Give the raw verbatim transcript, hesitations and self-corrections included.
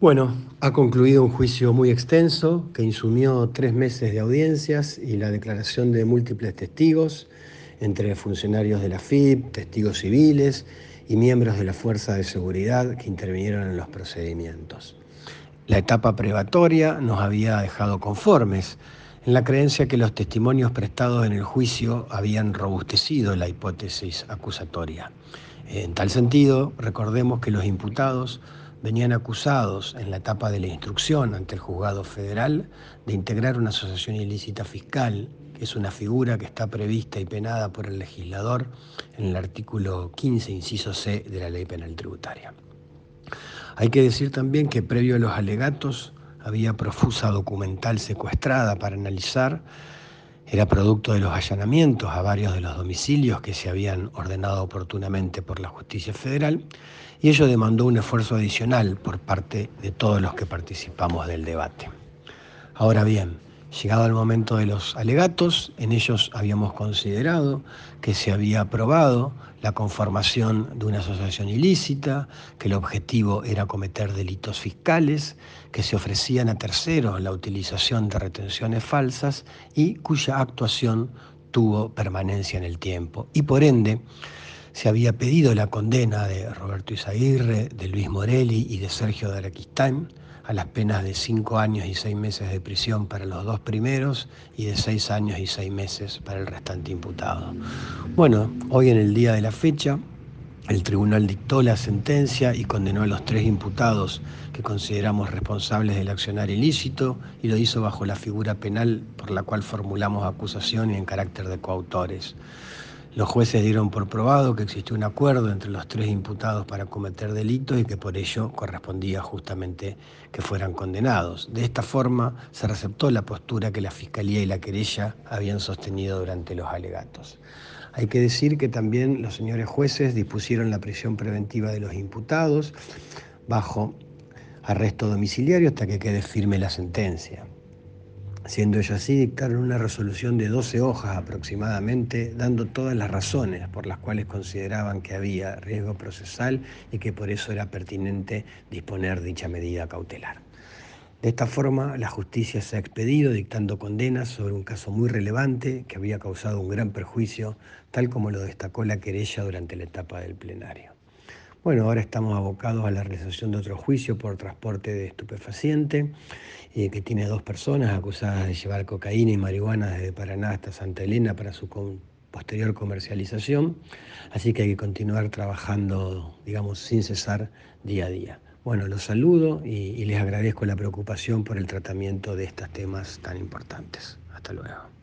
Bueno, ha concluido un juicio muy extenso que insumió tres meses de audiencias y la declaración de múltiples testigos, entre funcionarios de la F I P, testigos civiles y miembros de la Fuerza de Seguridad que intervinieron en los procedimientos. La etapa probatoria nos había dejado conformes, en la creencia que los testimonios prestados en el juicio habían robustecido la hipótesis acusatoria. En tal sentido, recordemos que los imputados venían acusados en la etapa de la instrucción ante el juzgado federal de integrar una asociación ilícita fiscal, que es una figura que está prevista y penada por el legislador en el artículo quince, inciso C de la Ley Penal Tributaria. Hay que decir también que previo a los alegatos había profusa documental secuestrada para analizar. Era producto de los allanamientos a varios de los domicilios que se habían ordenado oportunamente por la Justicia Federal, y ello demandó un esfuerzo adicional por parte de todos los que participamos del debate. Ahora bien, llegado el momento de los alegatos, en ellos habíamos considerado que se había aprobado la conformación de una asociación ilícita, que el objetivo era cometer delitos fiscales, que se ofrecían a terceros la utilización de retenciones falsas y cuya actuación tuvo permanencia en el tiempo. Y por ende, se había pedido la condena de Roberto Izaguirre, de Luis Morelli y de Sergio de Araquistán a las penas de cinco años y seis meses de prisión para los dos primeros y de seis años y seis meses para el restante imputado. Bueno, hoy en el día de la fecha, el tribunal dictó la sentencia y condenó a los tres imputados que consideramos responsables del accionar ilícito y lo hizo bajo la figura penal por la cual formulamos acusación y en carácter de coautores. Los jueces dieron por probado que existió un acuerdo entre los tres imputados para cometer delitos y que por ello correspondía justamente que fueran condenados. De esta forma se receptó la postura que la Fiscalía y la querella habían sostenido durante los alegatos. Hay que decir que también los señores jueces dispusieron la prisión preventiva de los imputados bajo arresto domiciliario hasta que quede firme la sentencia. Siendo ello así, dictaron una resolución de doce hojas aproximadamente, dando todas las razones por las cuales consideraban que había riesgo procesal y que por eso era pertinente disponer dicha medida cautelar. De esta forma, la justicia se ha expedido dictando condenas sobre un caso muy relevante que había causado un gran perjuicio, tal como lo destacó la querella durante la etapa del plenario. Bueno, ahora estamos abocados a la realización de otro juicio por transporte de estupefaciente, eh, que tiene dos personas acusadas de llevar cocaína y marihuana desde Paraná hasta Santa Elena para su con posterior comercialización, así que hay que continuar trabajando, digamos, sin cesar día a día. Bueno, los saludo y, y les agradezco la preocupación por el tratamiento de estos temas tan importantes. Hasta luego.